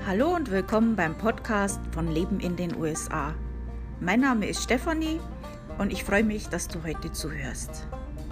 Hallo und willkommen beim Podcast von Leben in den USA. Mein Name ist Stefanie und ich freue mich, dass du heute zuhörst.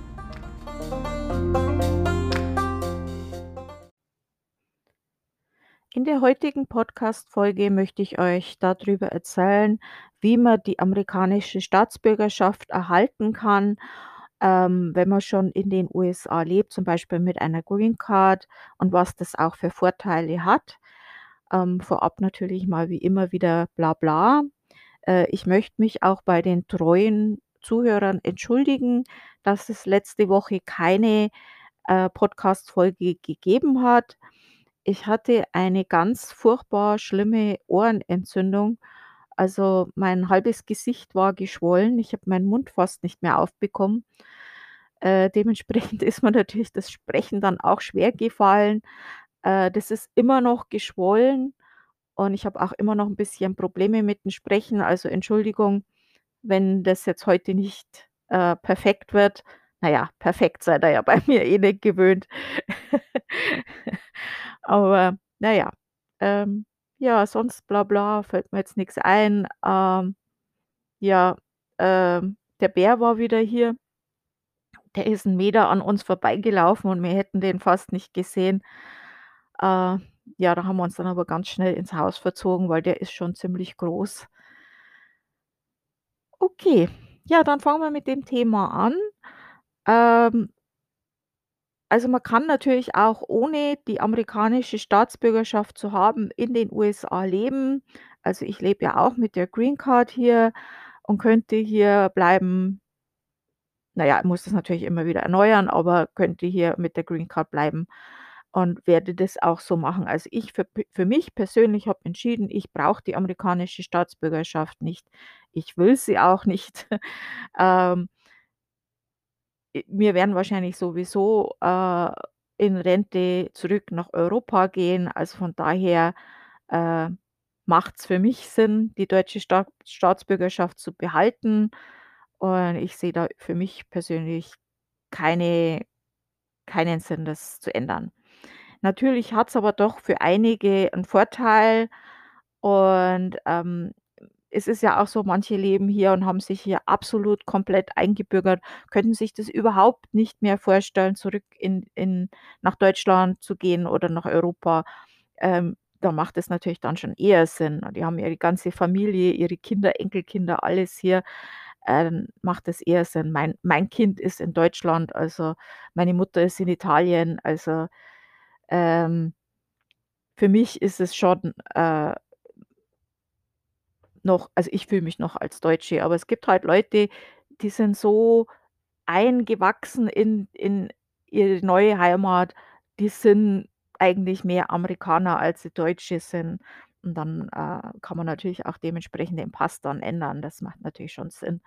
In der heutigen Podcast-Folge möchte ich euch darüber erzählen, wie man die amerikanische Staatsbürgerschaft erhalten kann, wenn man schon in den USA lebt, zum Beispiel mit einer Green Card und was das auch für Vorteile hat. Vorab natürlich mal wie immer wieder bla bla. Ich möchte mich auch bei den treuen Zuhörern entschuldigen, dass es letzte Woche keine Podcast-Folge gegeben hat. Ich hatte eine ganz furchtbar schlimme Ohrenentzündung. Also, mein halbes Gesicht war geschwollen. Ich habe meinen Mund fast nicht mehr aufbekommen. Dementsprechend ist mir natürlich das Sprechen dann auch schwer gefallen. Das ist immer noch geschwollen und ich habe auch immer noch ein bisschen Probleme mit dem Sprechen. Also, Entschuldigung, wenn das jetzt heute nicht, perfekt wird. Na ja, perfekt seid ihr ja bei mir eh nicht gewöhnt. Aber na ja, ähm, ja, sonst bla bla fällt mir jetzt nix ein. Ja, der Bär war wieder hier. Der ist 'n Meter an uns vorbeigelaufen und wir hätten den fast nicht gesehen. Äh, ja, da haben wir uns dann aber ganz schnell ins Haus verzogen, weil der ist schon ziemlich groß. Okay, ja, dann fangen wir mit dem Thema an. Ähm, also, man kann natürlich auch ohne die amerikanische Staatsbürgerschaft zu haben in den USA leben. Also, ich lebe ja auch mit der Green Card hier und könnte hier bleiben. Na ja, muss das natürlich immer wieder erneuern, aber könnte hier mit der Green Card bleiben und werde das auch so machen. Also, ich für mich persönlich habe entschieden, ich brauche die amerikanische Staatsbürgerschaft nicht. Ich will sie auch nicht. Ähm, wir werden wahrscheinlich sowieso, in Rente zurück nach Europa gehen. Also, von daher, äh, macht's für mich Sinn, die deutsche Staatsbürgerschaft zu behalten. Und ich sehe da für mich persönlich keine keinen Sinn, das zu ändern. Natürlich hat's aber doch für einige 'n Vorteil und, es ist ja auch so, manche leben hier und haben sich hier absolut komplett eingebürgert, könnten sich das überhaupt nicht mehr vorstellen, zurück in nach Deutschland zu gehen oder nach Europa. Da macht es natürlich dann schon eher Sinn. Die haben ihre ganze Familie, ihre Kinder, Enkelkinder, alles hier. Macht es eher Sinn. Mein Kind ist in Deutschland, also meine Mutter ist in Italien. Also, ähm, für mich ist es schon, noch, also ich fühle mich noch als Deutsche, aber es gibt halt Leute, die sind so eingewachsen in ihre neue Heimat, die sind eigentlich mehr Amerikaner, als sie Deutsche sind. Und dann, kann man natürlich auch dementsprechend den Pass dann ändern. Das macht natürlich schon Sinn.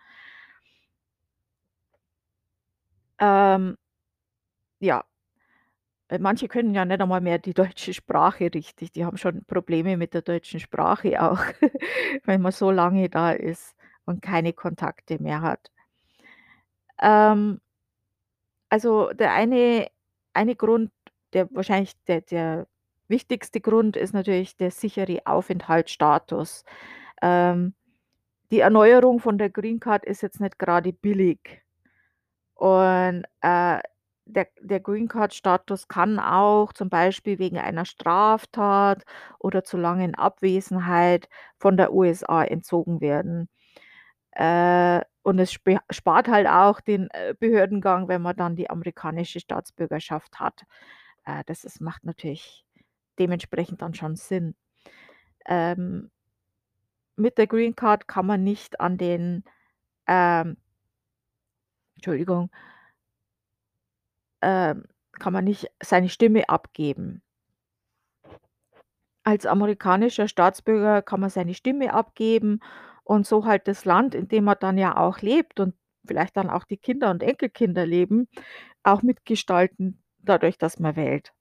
Ähm, ja, manche können ja nicht einmal mehr die deutsche Sprache richtig. Die haben schon Probleme mit der deutschen Sprache auch, wenn man so lange da ist und keine Kontakte mehr hat. Ähm, also, der eine Grund, der wahrscheinlich der wichtigste Grund ist natürlich der sichere Aufenthaltsstatus. Ähm, die Erneuerung von der Green Card ist jetzt nicht gerade billig und, der Green Card Status kann auch zum Beispiel wegen einer Straftat oder zu langen Abwesenheit von der USA entzogen werden. Und es spart halt auch den, Behördengang, wenn man dann die amerikanische Staatsbürgerschaft hat. Macht natürlich dementsprechend dann schon Sinn. Ähm, mit der Green Card kann man nicht an den ähm, Entschuldigung, ähm, kann man nicht seine Stimme abgeben. Als amerikanischer Staatsbürger kann man seine Stimme abgeben und so halt das Land, in dem man dann ja auch lebt und vielleicht dann auch die Kinder und Enkelkinder leben, auch mitgestalten, dadurch, dass man wählt.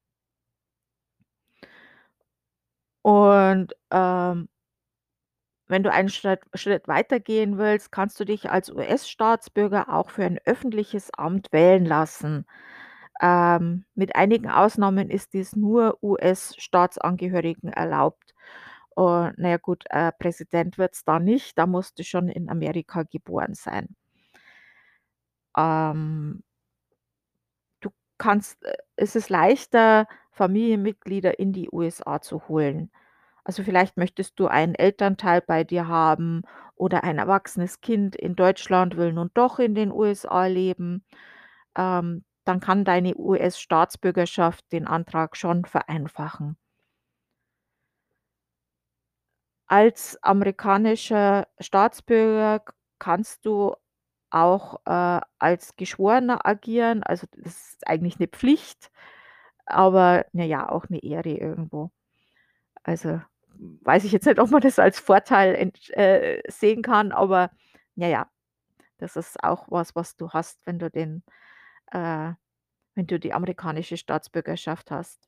Und, wenn du einen Schritt weitergehen willst, kannst du dich als US-Staatsbürger auch für ein öffentliches Amt wählen lassen. Mit einigen Ausnahmen ist dies nur US-Staatsangehörigen erlaubt. Und na ja gut, Präsident wird's da nicht, da musst du schon in Amerika geboren sein. Ähm, du es ist leichter, Familienmitglieder in die USA zu holen. Also, vielleicht möchtest du einen Elternteil bei dir haben oder ein erwachsenes Kind in Deutschland will nun doch in den USA leben. Dann kann deine US-Staatsbürgerschaft den Antrag schon vereinfachen. Als amerikanischer Staatsbürger kannst du auch, als Geschworener agieren. Also, das ist eigentlich 'ne Pflicht, aber na ja, auch 'ne Ehre irgendwo. Also, weiß ich jetzt nicht, ob man das als Vorteil sehen kann, aber na ja, das ist auch was, was du hast, äh wenn du die amerikanische Staatsbürgerschaft hast.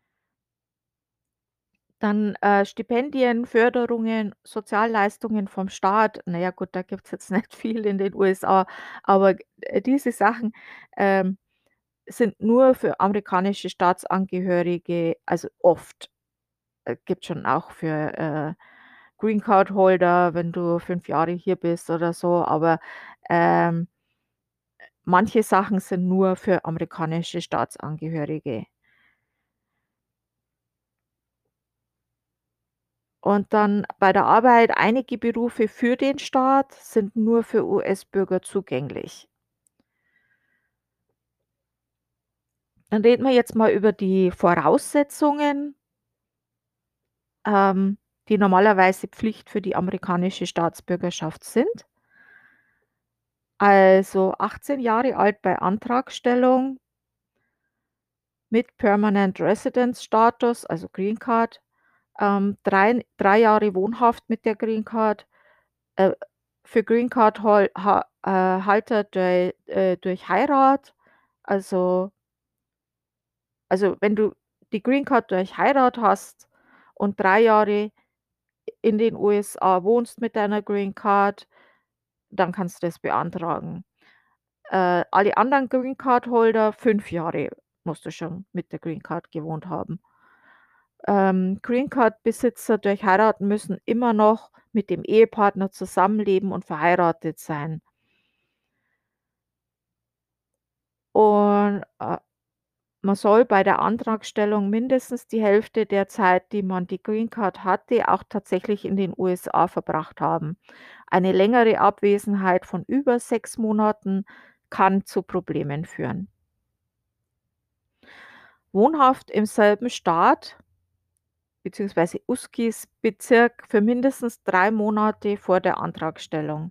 Dann, Stipendien, Förderungen, Sozialleistungen vom Staat. Na ja gut, da gibt's jetzt nicht viel in den USA, aber, diese Sachen, ähm, sind nur für amerikanische Staatsangehörige, also oft. Gibt schon auch für, Green Card Holder, wenn du 5 Jahre hier bist oder so, aber, ähm, manche Sachen sind nur für amerikanische Staatsangehörige. Und dann bei der Arbeit, einige Berufe für den Staat sind nur für US-Bürger zugänglich. Dann reden wir jetzt mal über die Voraussetzungen, ähm, die normalerweise Pflicht für die amerikanische Staatsbürgerschaft sind. Also 18 Jahre alt bei Antragstellung mit Permanent Residence Status, also Green Card, 3 Jahre wohnhaft mit der Green Card, äh, für Green Card Halter durch Heirat. Also wenn du die Green Card durch Heirat hast und 3 Jahre in den USA wohnst mit deiner Green Card, dann kannst du das beantragen. Alle anderen Green Card Holder, 5 Jahre musst du schon mit der Green Card gewohnt haben. Green Card Besitzer durch Heiraten müssen immer noch mit dem Ehepartner zusammenleben und verheiratet sein. Und, man soll bei der Antragstellung mindestens die Hälfte der Zeit, die man die Green Card hatte, auch tatsächlich in den USA verbracht haben. Eine längere Abwesenheit von über 6 Monaten kann zu Problemen führen. Wohnhaft im selben Staat beziehungsweise Uskis-Bezirk für mindestens 3 Monate vor der Antragstellung.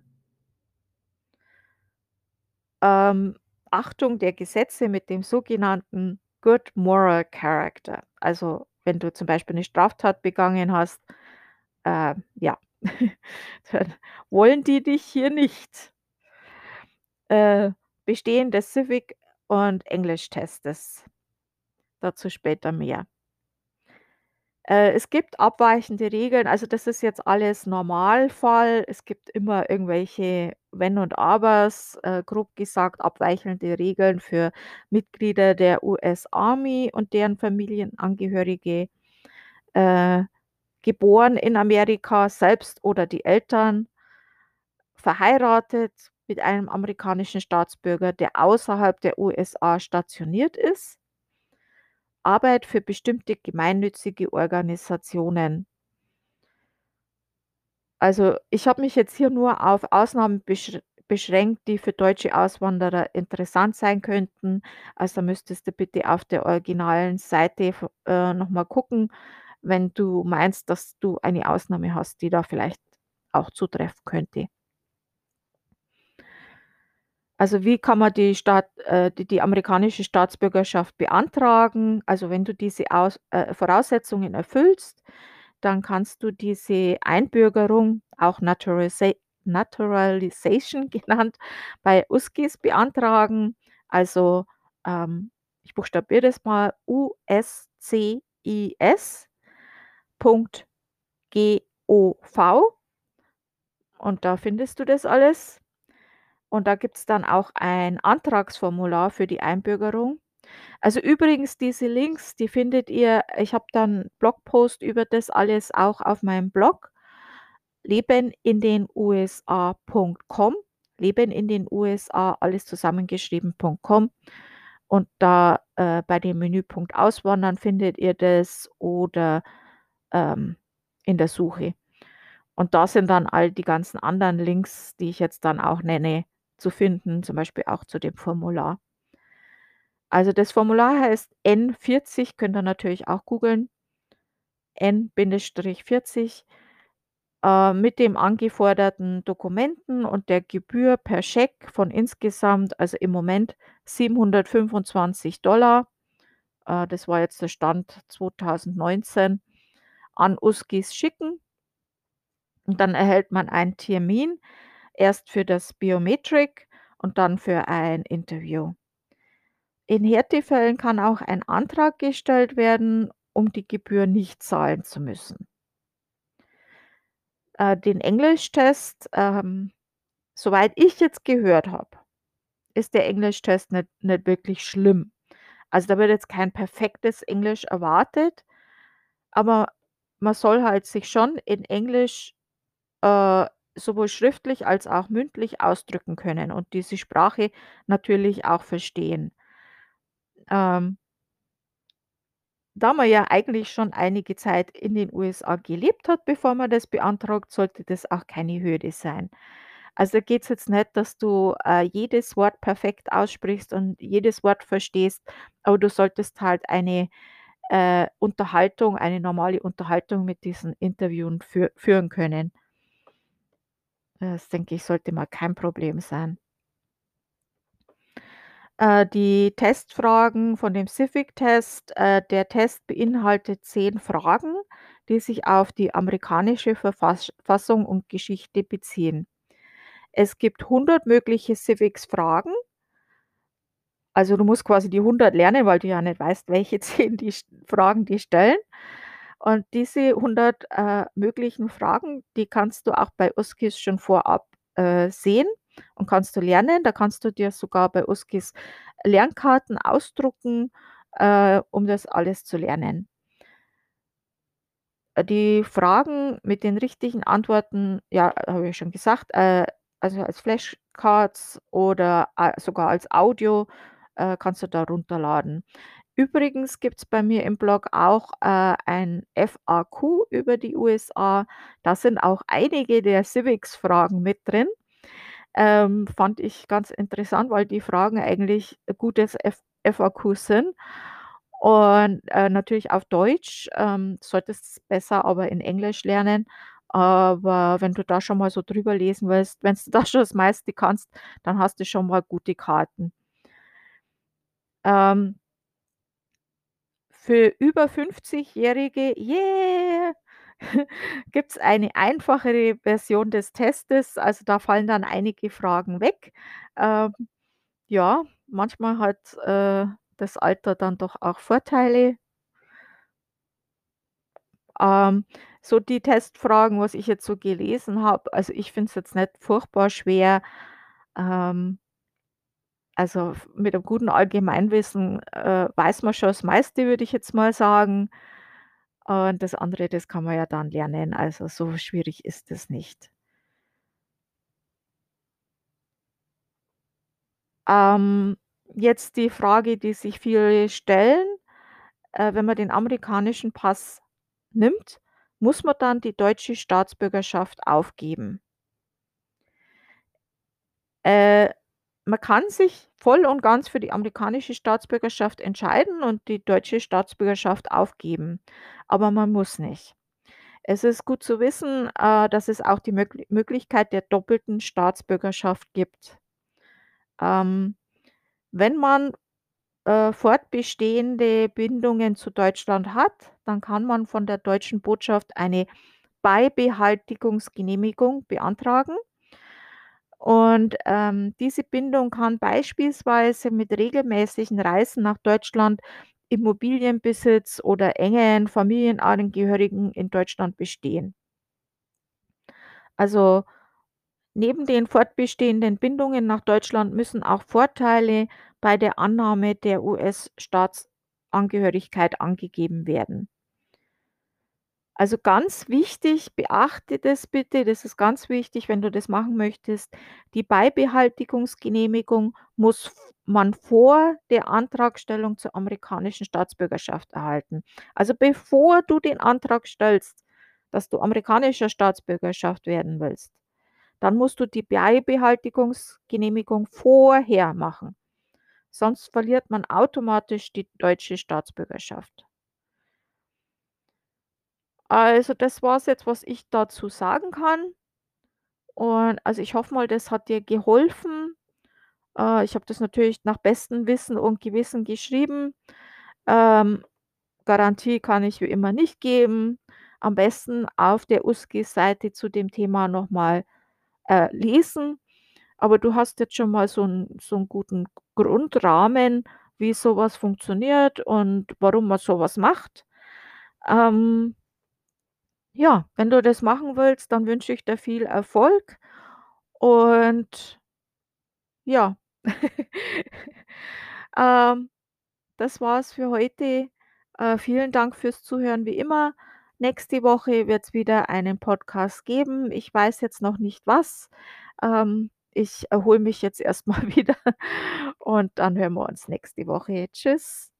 Ähm, Achtung der Gesetze mit dem sogenannten Good Moral Character. Also, wenn du zum Beispiel 'ne Straftat begangen hast, ja, dann wollen die dich hier nicht. Äh, Bestehen des Civic und Englisch-Testes. Dazu später mehr. Es gibt abweichende Regeln, also das ist jetzt alles Normalfall. Es gibt immer irgendwelche Wenn und Abers, grob gesagt abweichende Regeln für Mitglieder der US Army und deren Familienangehörige, äh, geboren in Amerika selbst oder die Eltern, verheiratet mit einem amerikanischen Staatsbürger, der außerhalb der USA stationiert ist, Arbeit für bestimmte gemeinnützige Organisationen. Also, ich habe mich jetzt hier nur auf Ausnahmen beschränkt, die für deutsche Auswanderer interessant sein könnten. Also, da müsstest du bitte auf der originalen Seite noch mal gucken, wenn du meinst, dass du eine Ausnahme hast, die da vielleicht auch zutreffen könnte. Also, wie kann man die amerikanische Staatsbürgerschaft beantragen? Also, wenn du diese Voraussetzungen erfüllst, dann kannst du diese Einbürgerung, auch Naturalization genannt, bei USCIS beantragen. Also, ähm, ich buchstabiere das mal: USCIS.gov und da findest du das alles. Und da gibt's dann auch ein Antragsformular für die Einbürgerung. Also, übrigens diese Links, die findet ihr ich habe dann Blogpost über das alles auch auf meinem Blog lebenindenusa.com, Leben in den USA, alles zusammengeschrieben.com und da, bei dem Menüpunkt Auswandern findet ihr das oder, ähm, in der Suche. Und da sind dann all die ganzen anderen Links, die ich jetzt dann auch nenne, zu finden, zum Beispiel auch zu dem Formular. Also, das Formular heißt N40, könnt ihr natürlich auch googeln, N-40, mit dem angeforderten Dokumenten und der Gebühr per Scheck von insgesamt, also im Moment 725 das war jetzt der Stand 2019, an Uskis schicken und dann erhält man einen Termin, erst für das Biometric und dann für ein Interview. In Härtefällen kann auch ein Antrag gestellt werden, um die Gebühr nicht zahlen zu müssen. Den Englischtest, soweit ich jetzt gehört habe, ist der Englischtest nicht wirklich schlimm. Also, da wird jetzt kein perfektes Englisch erwartet, aber man soll halt sich schon in Englisch, äh, sowohl schriftlich als auch mündlich ausdrücken können und diese Sprache natürlich auch verstehen. Ähm, Da man ja eigentlich schon einige Zeit in den USA gelebt hat, bevor man das beantragt, sollte das auch keine Hürde sein. Also, da geht's jetzt nicht, dass du, jedes Wort perfekt aussprichst und jedes Wort verstehst, aber du solltest halt eine normale Unterhaltung mit diesen Interviewen führen können. Das denke ich, sollte mal kein Problem sein. Die Testfragen von dem Civic-Test, der Test beinhaltet 10 Fragen, die sich auf die amerikanische Verfassung und Geschichte beziehen. Es gibt 100 mögliche Civics-Fragen, also du musst quasi die 100 lernen, weil du ja nicht weißt, welche 10 Fragen die stellen. Und diese 100, möglichen Fragen, die kannst du auch bei USKIS schon vorab, sehen und kannst du lernen. Da kannst du dir sogar bei USKIS Lernkarten ausdrucken, um das alles zu lernen. Die Fragen mit den richtigen Antworten, ja, habe ich schon gesagt, also als Flashcards oder, sogar als Audio, kannst du da runterladen. Übrigens gibt's bei mir im Blog auch, ein FAQ über die USA. Da sind auch einige der Civics-Fragen mit drin. Fand ich ganz interessant, weil die Fragen eigentlich 'n gutes FAQ sind und, natürlich auf Deutsch, solltest besser aber in Englisch lernen. Aber wenn du da schon mal so drüber lesen willst, wenn's da schon das meiste kannst, dann hast du schon mal gute Karten. Ähm, für über 50-Jährige, yeah, gibt's eine einfachere Version des Testes, also da fallen dann einige Fragen weg. Ähm Ja, manchmal hat, das Alter dann doch auch Vorteile. Ähm, so die Testfragen, was ich jetzt so gelesen habe, also ich finde es jetzt nicht furchtbar schwer. Ähm, also mit einem guten Allgemeinwissen, weiß man schon das meiste, würde ich jetzt mal sagen. Und das andere, das kann man ja dann lernen. Also so schwierig ist es nicht. Ähm, jetzt die Frage, die sich viele stellen. Wenn man den amerikanischen Pass nimmt, muss man dann die deutsche Staatsbürgerschaft aufgeben. Äh, Man kann sich voll und ganz für die amerikanische Staatsbürgerschaft entscheiden und die deutsche Staatsbürgerschaft aufgeben, aber man muss nicht. Es ist gut zu wissen, dass es auch die Möglichkeit der doppelten Staatsbürgerschaft gibt. Ähm, wenn man fortbestehende Bindungen zu Deutschland hat, dann kann man von der deutschen Botschaft eine Beibehaltigungsgenehmigung beantragen. Und, diese Bindung kann beispielsweise mit regelmäßigen Reisen nach Deutschland, Immobilienbesitz oder engen Familienangehörigen in Deutschland bestehen. Also, neben den fortbestehenden Bindungen nach Deutschland müssen auch Vorteile bei der Annahme der US-Staatsangehörigkeit angegeben werden. Also ganz wichtig, beachte das bitte, das ist ganz wichtig, wenn du das machen möchtest. Die Beibehaltigungsgenehmigung muss man vor der Antragstellung zur amerikanischen Staatsbürgerschaft erhalten. Also bevor du den Antrag stellst, dass du amerikanischer Staatsbürgerschaft werden willst, dann musst du die Beibehaltigungsgenehmigung vorher machen. Sonst verliert man automatisch die deutsche Staatsbürgerschaft. Also, das war's jetzt, was ich dazu sagen kann. Und also, ich hoffe mal, das hat dir geholfen. Ich habe das natürlich nach bestem Wissen und Gewissen geschrieben. Ähm, Garantie kann ich wie immer nicht geben. Am besten auf der USGIS-Seite zu dem Thema noch mal, lesen. Aber du hast jetzt schon mal so 'n guten Grundrahmen, wie so was funktioniert und warum man so was macht. Ähm Ja, wenn du das machen willst, dann wünsche ich dir viel Erfolg und ja. Ähm, Das war's für heute. Vielen Dank fürs Zuhören wie immer. Nächste Woche wird's wieder einen Podcast geben. Ich weiß jetzt noch nicht was. Ich erhole mich jetzt erst mal wieder und dann hören wir uns nächste Woche. Tschüss.